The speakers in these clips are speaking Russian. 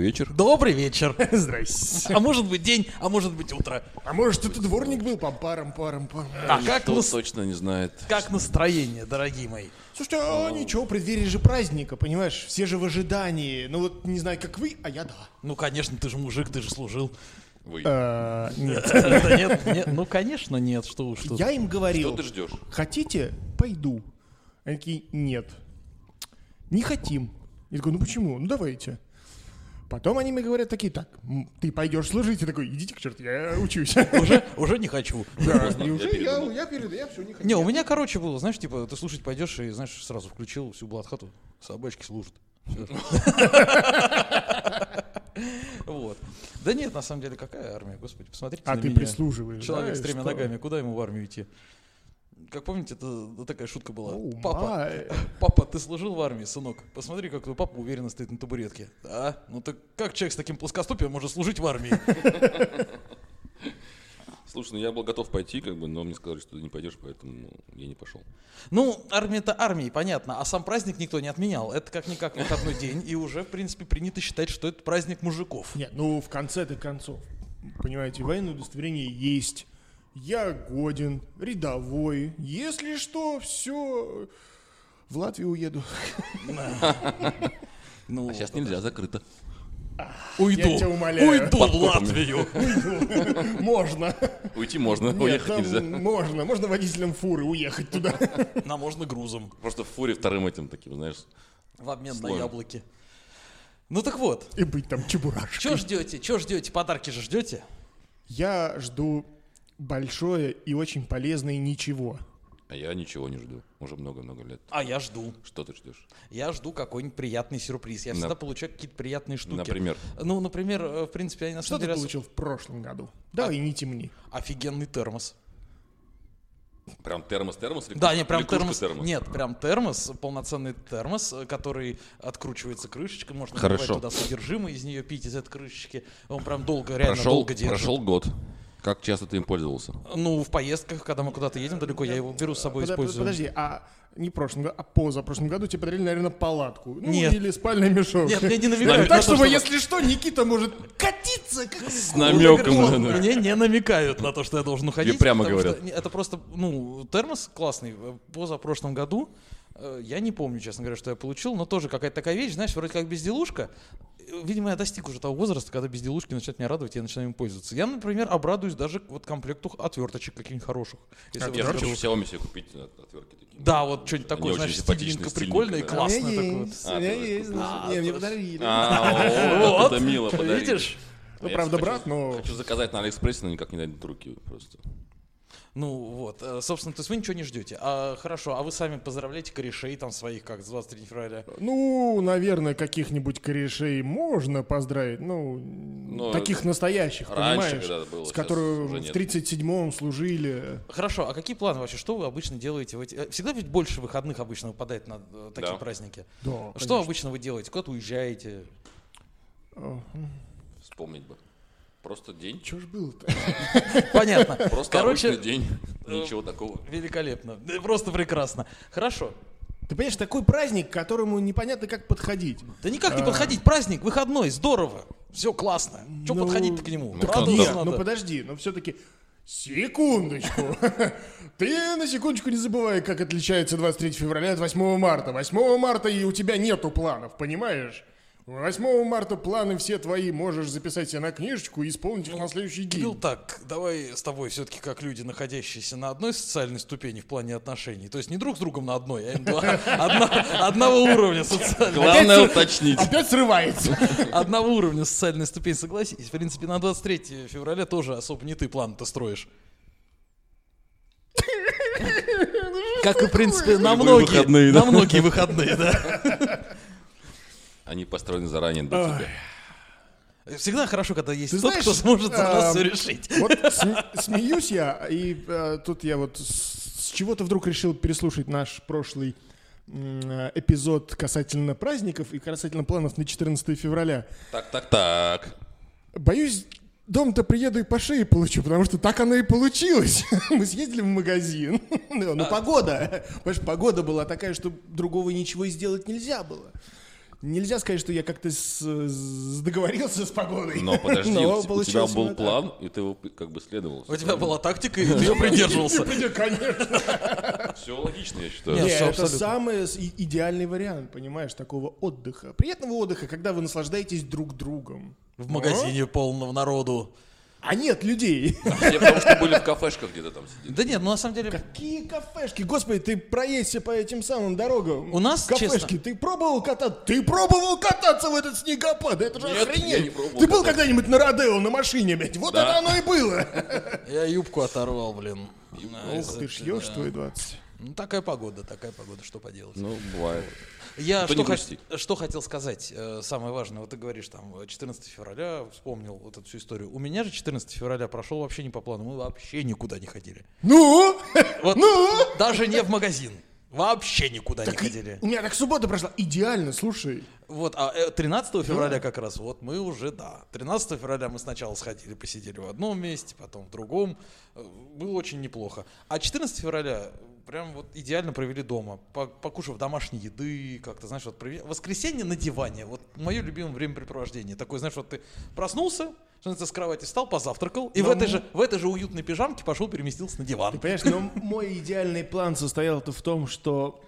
вечер. Добрый вечер. Здрасте. А может быть день, а может быть утро. А может, это дворник был? Паром. А как, Кто точно не знает. как настроение, дорогие мои? Слушайте, ничего, в преддверии же праздника, понимаешь? Все же в ожидании. Ну вот, не знаю, как вы, а я да. Ну, конечно, ты же мужик, ты же служил. Вы. Нет. Да нет, ну, конечно, нет. Что уж тут. Я им говорил. Что ты ждешь? Хотите? Пойду. Они такие, нет. Не хотим. Я такой, ну почему? Ну давайте. Потом они мне говорят такие, так, ты пойдешь служить. Я такой, идите к черту, я учусь. Уже не хочу. Да, и уже я все не хочу. Не, у меня, короче, было, знаешь, типа, ты слушать пойдешь и, знаешь, сразу включил всю Блатхату. Собачки служат. Всё. Вот. Да нет, на самом деле, какая армия, господи, посмотрите А на ты меня. прислуживаешь. Человек да, с тремя что? ногами, куда ему в армию идти? Как помните, это такая шутка была. Оу, Папа, май. папа, ты служил в армии, сынок? Посмотри, как твой папа уверенно стоит на табуретке. Да? Ну так как человек с таким плоскостопием может служить в армии? Слушай, ну я был готов пойти, но мне сказали, что ты не пойдешь, поэтому я не пошел. Ну, армия-то армией, понятно, а сам праздник никто не отменял. Это как-никак выходной день, и уже, в принципе, принято считать, что это праздник мужиков. Нет, ну в конце-то концов, понимаете, военное удостоверение есть. Я годен, рядовой. Если что, все, в Латвию уеду. Ну, А сейчас нельзя, закрыто. уйду, Я тебя умоляю. уйду в Латвию. Можно. Уйти можно, Нет, уехать там нельзя. можно водителем фуры уехать туда. Нам можно грузом, Просто в фуре вторым этим таким, знаешь. в обмен на Слоем. яблоки. Ну так вот, И быть там чебурашкой. что ждете? Что ждете? Подарки же ждете? Я жду большое и очень полезное ничего. А я ничего не жду. Уже много-много лет. А я жду. Что ты ждешь? Я жду какой-нибудь приятный сюрприз. Я всегда получаю какие-то приятные штуки. Например? Ну, например, в принципе, они на Что самом ты деле получил в прошлом году? Давай, не темни. офигенный термос. Прям термос или Да, кружка- не прям или кружка термос. Нет, прям термос, полноценный термос, который откручивается крышечкой, можно наливать Хорошо. туда содержимое, из нее пить из этой крышечки. Он прям долго, реально долго держит. Прошел год. Как часто ты им пользовался? Ну, в поездках, когда мы куда-то едем далеко, я его беру с собой, использую. Подожди, а не в прошлом году, а позапрошлом году тебе подарили, наверное, палатку. Ну, Нет. или спальный мешок. Нет, мне не намекают. Так, на то, чтобы, что- если что, Никита может катиться, как С намеком. Вот, да, да. Мне не намекают на то, что я должен уходить. прямо потому говорят. что это просто, ну, термос классный. Позапрошлом году, я не помню, честно говоря, что я получил, но тоже какая-то такая вещь, знаешь, вроде как безделушка. Видимо, я достиг уже того возраста, когда безделушки начинают меня радовать, и я начинаю им пользоваться. Я, например, обрадуюсь даже вот комплекту отверточек каких-нибудь хороших. Если Я вот хочу в скажу. Xiaomi себе купить отвертки такие. Да, вот что-нибудь такое, очень знаешь, симпатичные, стильненько, стильненько, прикольное и да. классное такое. вот. У меня есть. Не, мне подарили. Вот Вот, это мило подарили. видишь? Ну, Я правда, хочу- брат, но... Хочу заказать на Алиэкспрессе, но никак не дойдут руки просто. Ну вот, собственно, то есть вы ничего не ждете. Хорошо, а вы сами поздравляете корешей там своих, как с 23 февраля? Ну, наверное, каких-нибудь корешей можно поздравить. Ну, таких настоящих, раньше, понимаешь? когда было, С сейчас которыми уже в нет. 37-м служили. Хорошо, а какие планы вообще? Что вы обычно делаете в эти... Всегда ведь больше выходных обычно выпадает на такие Да. праздники. Да, Что конечно. обычно вы делаете? Куда-то уезжаете? Вспомнить бы. Просто день. Что ж было-то? Понятно. Просто Короче, обычный день. Ничего такого. великолепно. Просто прекрасно. Хорошо. Ты понимаешь, такой праздник, к которому непонятно, как подходить. Да никак не подходить. Праздник, выходной, здорово. Все классно. Че Ну, подходить-то к нему? так Радоваться Нет, надо. ну подожди, но все-таки... Секундочку. Ты на секундочку не забывай, как отличается 23 февраля от 8 марта. 8 марта и у тебя нету планов, понимаешь? 8 марта планы все твои можешь записать себе на книжечку и исполнить их на следующий Кирилл, день. так, давай с тобой все-таки как люди, находящиеся на одной социальной ступени в плане отношений. То есть не друг с другом на одной, а именно одного уровня социальной. Главное уточнить. Опять срывается. Одного уровня социальной ступени, согласись. В принципе, на 23 февраля тоже особо не ты план-то строишь. Как и, в принципе, на Любые выходные, да? многие выходные, да. Они построены заранее для тебя. Всегда хорошо, когда есть Ты тот, знаешь, кто сможет за нас все решить. Вот смеюсь я, и тут я вот с чего-то вдруг решил переслушать наш прошлый эпизод касательно праздников и касательно планов на 14 февраля. Так. Боюсь, дом-то приеду и по шее получу, потому что так оно и получилось. Мы съездили в магазин. Ну, погода. Понимаешь, погода была такая, что другого ничего и сделать нельзя было. Нельзя сказать, что я как-то договорился с погодой. Но подожди, Но у тебя получилось был именно так. план, и ты его как бы следовал. У тебя была тактика, и ты ее придерживался. Конечно. Все логично, я считаю. Нет, Нет, всё это абсолютно. самый идеальный вариант, понимаешь, такого отдыха. Приятного отдыха, когда вы наслаждаетесь друг другом. В магазине полного народу. А нет людей. Все потому что были в кафешках где-то там сидели. Да нет, ну на самом деле... Какие кафешки? Господи, ты проедься по этим самым дорогам. У нас, кафешки. честно- Ты пробовал кататься? Ты пробовал кататься в этот снегопад? Это же Нет, я охренеть. не пробовал Ты был кататься. когда-нибудь на Родео на машине, блядь? Вот Да. это оно и было. Я юбку оторвал, блин. Ох, ты шьешь твои 20. Ну, такая погода, что поделать. Ну, бывает. Я то что, не грусти. что хотел сказать, самое важное, вот ты говоришь, там, 14 февраля, вспомнил вот эту всю историю. У меня же 14 февраля прошел вообще не по плану, мы вообще никуда не ходили. Ну? Вот Ну? даже не в магазин, вообще никуда не Так ходили. у меня так суббота прошла. Идеально, слушай. Вот, а 13 февраля как раз, вот мы уже, да, 13 февраля мы сначала сходили, посидели в одном месте, потом в другом, было очень неплохо. А 14 февраля прям вот идеально провели дома, покушав домашней еды, как-то, знаешь, вот воскресенье на диване, вот мое любимое времяпрепровождение. Такое, знаешь, вот ты проснулся, что называется, с кровати встал, позавтракал, и в этой же уютной пижамке пошел, переместился на диван. Ты понимаешь, но мой идеальный план состоял-то в том, что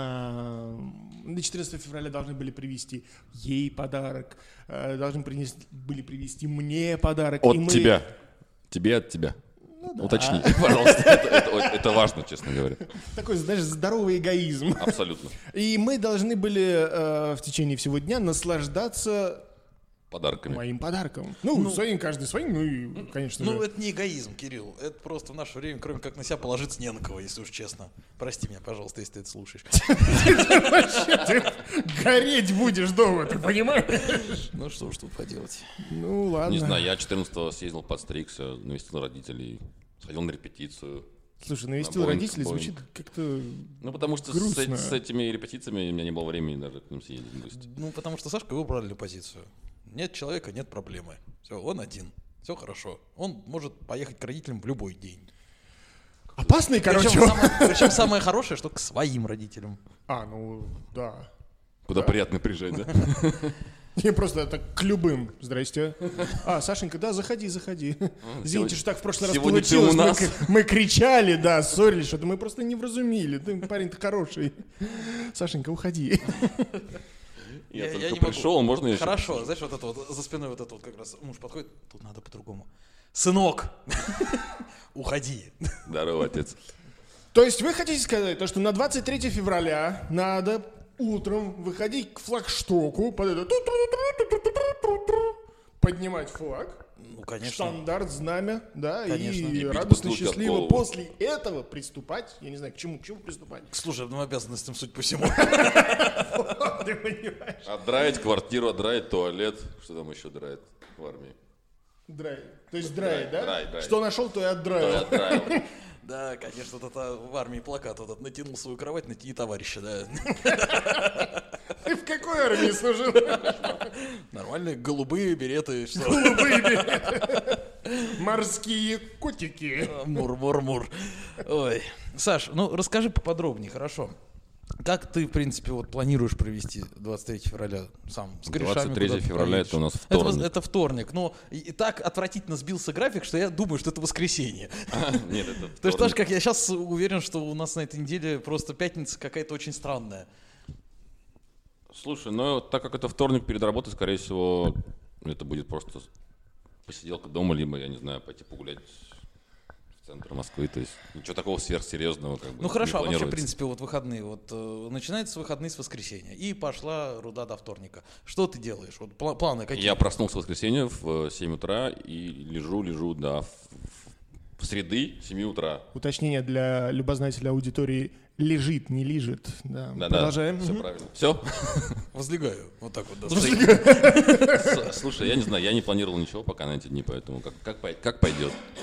на 14 февраля должны были привезти ей подарок, должны были привезти мне подарок. От и мы- тебя. Тебе от тебя. Уточни, пожалуйста. Это важно, честно говоря. Такой, знаешь, здоровый эгоизм. Абсолютно. И мы должны были в течение всего дня наслаждаться Подарками. моим подарком. Ну, своим, каждый своим, ну и, конечно Ну, же. это не эгоизм, Кирилл. Это просто в наше время, кроме как на себя положиться, не на кого, если уж честно. Прости меня, пожалуйста, если ты это слушаешь. Вообще ты гореть будешь дома, ты понимаешь? Ну что ж тут поделать. Ну, ладно. Не знаю, я 14-го съездил, подстригся, навестил родителей, сходил на репетицию. Слушай, навестил На Боинг, родителей Боинг. звучит как-то... Ну, потому что Грустно. с этими репетициями у меня не было времени даже к ним съездить в гости. Ну, потому что Сашка выбрали позицию. Нет человека, нет проблемы. Все, он один. Все хорошо. Он может поехать к родителям в любой день. Опасный, короче. Причем самое хорошее, что к своим родителям. Ну, да. Куда приятно приезжать, да? Не просто это к любым. Здрасте. Сашенька, да, заходи. Извините, что так в прошлый раз сегодня ты получилось. у нас. Мы кричали, да, ссорились, что-то мы просто не вразумили. Ты парень-то хороший. Сашенька, уходи. Я Я только не могу. пришел, можно еще? Хорошо, знаешь, вот это вот, за спиной вот это вот как раз муж подходит, тут надо по-другому. Сынок, уходи. Здорово, отец. То есть вы хотите сказать, то, что на 23 февраля надо утром выходить к флагштоку, поднимать флаг, Ну, конечно. стандарт, знамя, да, Конечно. и И бить радостно, бутылкой от счастливо головы. после этого приступать, я не знаю, к чему приступать. К служебным обязанностям, судя по всему. Ты понимаешь? Отдраить квартиру, отдраить туалет. Что там еще драет в армии? Драй. То есть драй, да? драй. Что нашел, то и отдраил. Отдраил. Да, конечно, вот это в армии плакат вот этот, натянул свою кровать, натяни товарища, да. Ты в какой армии служил? Нормальные голубые береты, что? Голубые билеты. Морские котики. Мур-мур-мур. Ой. Саш, ну расскажи поподробнее, хорошо. Как ты, в принципе, вот планируешь провести 23 февраля сам? С корешами 23 куда-то февраля поедешь? это у нас вторник. Это вторник, но и так отвратительно сбился график, что я думаю, что это воскресенье. Нет, это То есть тоже, вторник. как я сейчас уверен, что у нас на этой неделе просто пятница какая-то очень странная. Слушай, ну так как это вторник перед работой, скорее всего, это будет просто посиделка дома, либо, я не знаю, пойти погулять в центр Москвы. То есть ничего такого сверхсерьезного как бы Ну хорошо, а не вообще, в планируется. принципе, вот выходные, вот начинаются выходные с воскресенья, и пошла руда до вторника. Что ты делаешь? Вот планы какие? Я проснулся в воскресенье в 7 утра и лежу, да, в среды 7 утра. Уточнение для любознательной аудитории. Лежит, не лежит. Да. Да, Продолжаем. все правильно. Все? Возлегаю. Вот так вот. Да. Слушай, я не знаю, я не планировал ничего пока на эти дни, поэтому как пойдет.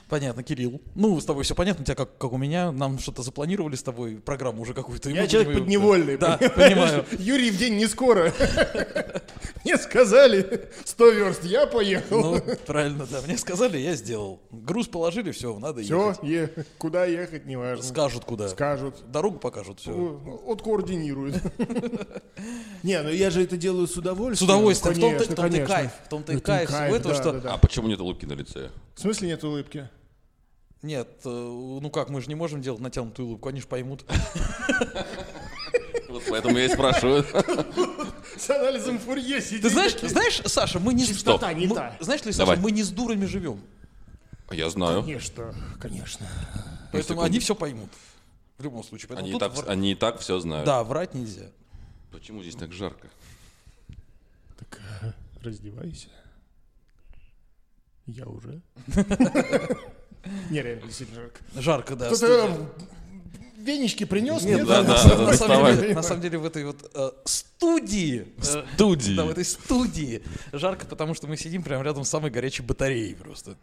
Понятно, Кирилл. Ну, с тобой все понятно, у тебя как у меня, нам что-то запланировали с тобой, программу уже какую-то. Я человек подневольный. Да, понимаю. Юрий в день не скоро. Мне сказали 100 верст, я поехал. Ну, правильно, да. Мне сказали, я сделал. Груз положили, все, надо ехать. Все, куда ехать, не важно. Скажут куда. Скажут. Дорогу покажут, все. Откоординируют. Не, ну я же это делаю с удовольствием. С удовольствием. Конечно, В том-то и конечно. кайф. В том-то и Это кайф всего этого, да, что... да, да. А почему нет улыбки на лице? В смысле нет улыбки? Нет, ну как, мы же не можем делать натянутую улыбку, они же поймут. Вот поэтому я и спрашиваю. С анализом Фурье сидит. Ты знаешь, Саша, мы не... Чистота не та. Знаешь ли, Саша, Давай. мы не с дурами живем. Я знаю. Конечно. Поэтому они все поймут. В любом случае. Поэтому Они, тут они и так все знают. Да, врать нельзя. Почему здесь так жарко? Так раздевайся. Я уже. Не, реально, действительно жарко. Жарко, да. Кто-то венички принес? Нет, да, на да, самом деле в этой вот студии, Студии. да, в этой студии жарко, потому что мы сидим прямо рядом с самой горячей батареей просто.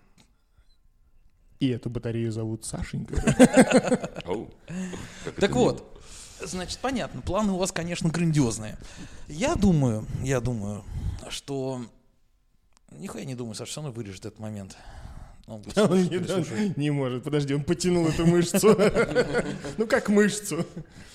И эту батарею зовут Сашенька. Оу. Как Так это вот, значит, понятно, планы у вас, конечно, грандиозные. Я думаю, что... Нихуя не думаю, Саша, все равно вырежет этот момент. Он будет Он слушать, переслушивать. не может. Подожди, он потянул эту мышцу. Ну, как мышцу.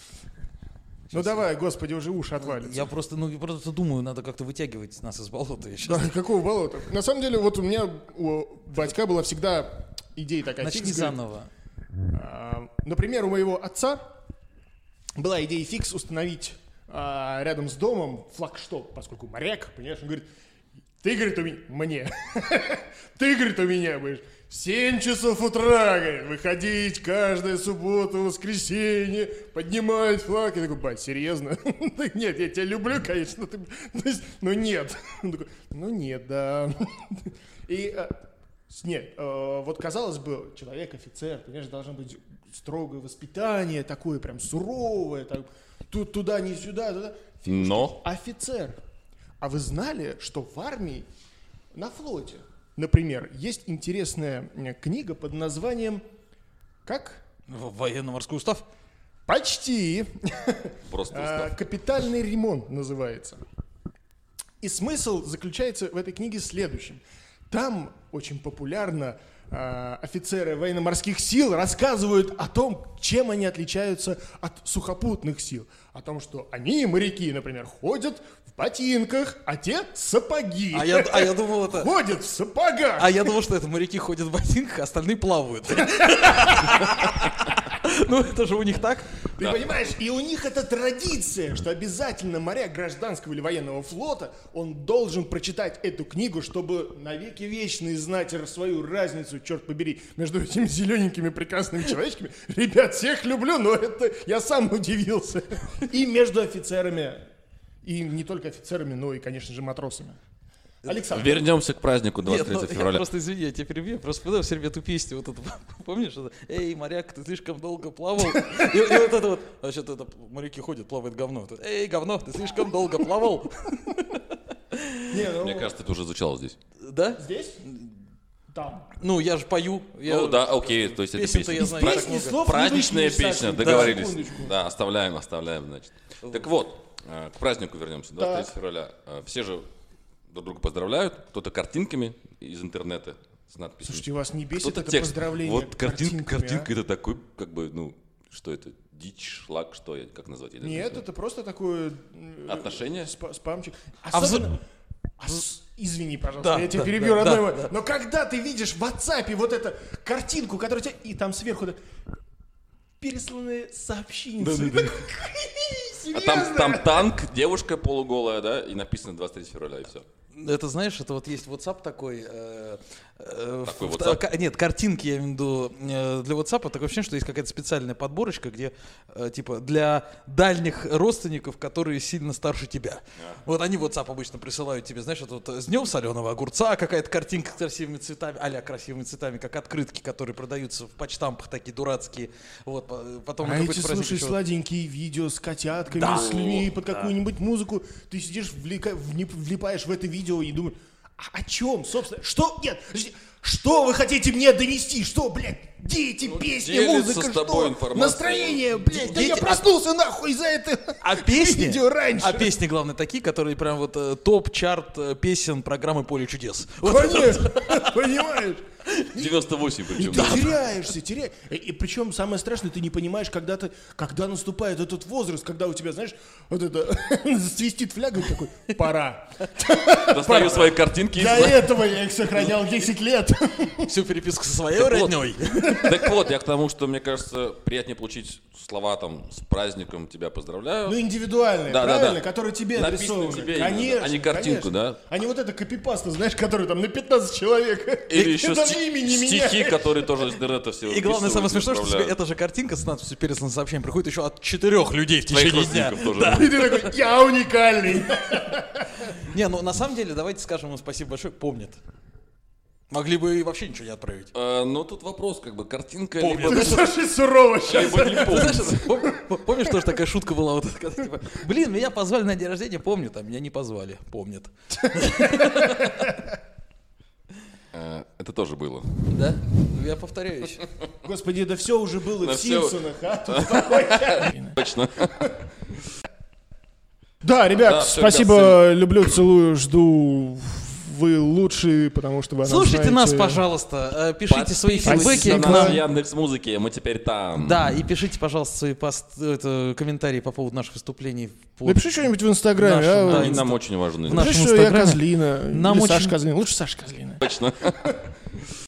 Ну, давай, господи, уже уши отвалятся. Я просто думаю, надо как-то вытягивать нас из болота. Я щас- Да, какого болота? На самом деле, вот у меня у батька была всегда идея такая. Начни фикс, говорит, заново. Например, у моего отца была идея фикс установить рядом с домом флагшток, поскольку моряк, понимаешь, он говорит, ты, говорит, у меня, мне, ты, говорит, у меня будешь в 7 часов утра, говорит, выходить каждую субботу, воскресенье, поднимать флаг. Я такой, бать, серьезно? Нет, я тебя люблю, конечно, но нет. Он такой, ну нет, да. И нет, вот казалось бы, человек, офицер, понимаешь, должно быть строгое воспитание, такое прям суровое, так, тут туда, не сюда, туда. Но Офицер. А вы знали, что в армии, на флоте, например, есть интересная книга под названием «Как?» Военно-морской устав? Почти. просто устав. «Капитальный ремонт» называется. И смысл заключается в этой книге в следующем. Там очень популярно офицеры военно-морских сил рассказывают о том, чем они отличаются от сухопутных сил. О том, что они, моряки, например, ходят в ботинках, а те сапоги. А я думал, это... Ходят в сапогах. А я думал, что это моряки ходят в ботинках, а остальные плавают. Ну, это же у них так. Ты понимаешь, и у них это традиция, что обязательно моряк гражданского или военного флота, он должен прочитать эту книгу, чтобы навеки вечные знать свою разницу, черт побери, между этими зелененькими прекрасными человечками. Ребят, всех люблю, но это я сам удивился. И между офицерами, и не только офицерами, но и, конечно же, матросами. Александр. Вернемся к празднику Нет, 23 ну, я февраля. просто, извини, я тебя перебью, я просто подумал все время эту песню, вот эту, помнишь, это, эй, моряк, ты слишком долго плавал, и вот это вот, значит, это моряки ходят, плавает говно, это, эй, говно, ты слишком долго плавал. Не, ну, Мне кажется, это уже звучало здесь. Да? здесь? Там. Ну, я же пою. Ну да, окей, то есть это Песен-то я песня. знаю так Песни, много. слов не Праздничная выкинешь, песня, Саша. договорились. Секундочку. Да, оставляем, значит. Так вот, к празднику вернемся, 23 февраля. Все же друг друга поздравляют, кто-то картинками из интернета с надписью. Слушайте, вас не бесит Кто-то это текст. поздравление Вот картинками, картинка а? это такой, как бы, ну, что это? Дичь, шлак, что я, как назвать? Я даже не Нет, знаю. это просто такое... Отношение? Спамчик. А Особенно... Извини, пожалуйста, Да, я тебя да, перебью, да, родной да, мой. да. Но когда ты видишь в WhatsApp вот эту картинку, которая у тебя... И там сверху так... Пересланные сообщения. А там танк, девушка полуголая, да, и написано 23 февраля, и все. Это, знаешь, это вот есть WhatsApp такой... Такой WhatsApp? Нет, картинки, я имею в виду, для WhatsApp такое ощущение, что есть какая-то специальная подборочка, где, типа, для дальних родственников, которые сильно старше тебя. Вот они в WhatsApp обычно присылают тебе, знаешь, вот с днем соленого огурца, какая-то картинка с красивыми цветами, а-ля красивыми цветами, как открытки, которые продаются в почтампах, такие дурацкие. Вот, потом на А какой-то эти, праздник слушай, еще- сладенькие видео с котятками, Да. с людьми, под какую-нибудь музыку. Ты сидишь, влипаешь в это видео и думаешь, о чем, собственно? Что? Нет, подожди, Что вы хотите мне донести? Что, блядь, дети, песни, делится музыка, с тобой что? информацией. Настроение, блядь, да я Дети- проснулся нахуй за это А песни, видео раньше. а песни, главное, такие, которые прям вот топ-чарт песен программы «Поле чудес». Вот это вот. Конечно, понимаешь? 98 причем. Ты теряешься. И причем самое страшное, ты не понимаешь, когда наступает этот возраст, когда у тебя, знаешь, вот это свистит фляга, и такой, пора. Достаю свои картинки. Для этого я их сохранял 10 лет. Всю переписку со своей Так вот. роднёй. Так вот, я к тому, что, мне кажется, приятнее получить слова там «с праздником тебя поздравляю». Ну, индивидуальные, Да, да, правильно, да. которые тебе Написано нарисованы. тебе именно, Конечно, а не картинку, конечно. да? А не вот эта копипаста, знаешь, которая там на 15 человек. Или И еще даже имя не стихи, меняешь. которые тоже из интернета все И главное, самое смешное, что тебе отправляют. эта же картинка с надписью «Пересланным сообщением» приходит еще от 4 людей в Твоих течение дня. родственников тоже. И ты такой, я уникальный. Не, ну на самом деле, давайте скажем им спасибо большое, помнят. Могли бы и вообще ничего не отправить. Ну, тут вопрос, как бы, картинка Помню. либо... Слушай, сурово сейчас. Либо не Ты помню. знаешь, помнишь, тоже такая шутка была, вот, эта, когда, типа, блин, меня позвали на день рождения, помню, там, меня не позвали, помнят. Это тоже было. Да? Я повторяюсь. Господи, да все уже было Да в всё. Симпсонах, а? Тут спокойно. Точно. Да, ребят, Да, всё, спасибо, люблю, целую, жду. Вы лучшие, потому что вы нас Слушайте нас, знаете. пожалуйста, пишите свои Подписывайтесь фидбэки на к нас нам. в Яндекс.Музыке, мы теперь там. Да, и пишите, пожалуйста, свои комментарии по поводу наших выступлений. Напиши что-нибудь в Инстаграме, Нашем, а? да, Они нам очень важны. В нашем Напиши, что я Инстаграме. Козлина. Нам Или очень- Саша Козлина. Лучше Саша Козлина. Точно.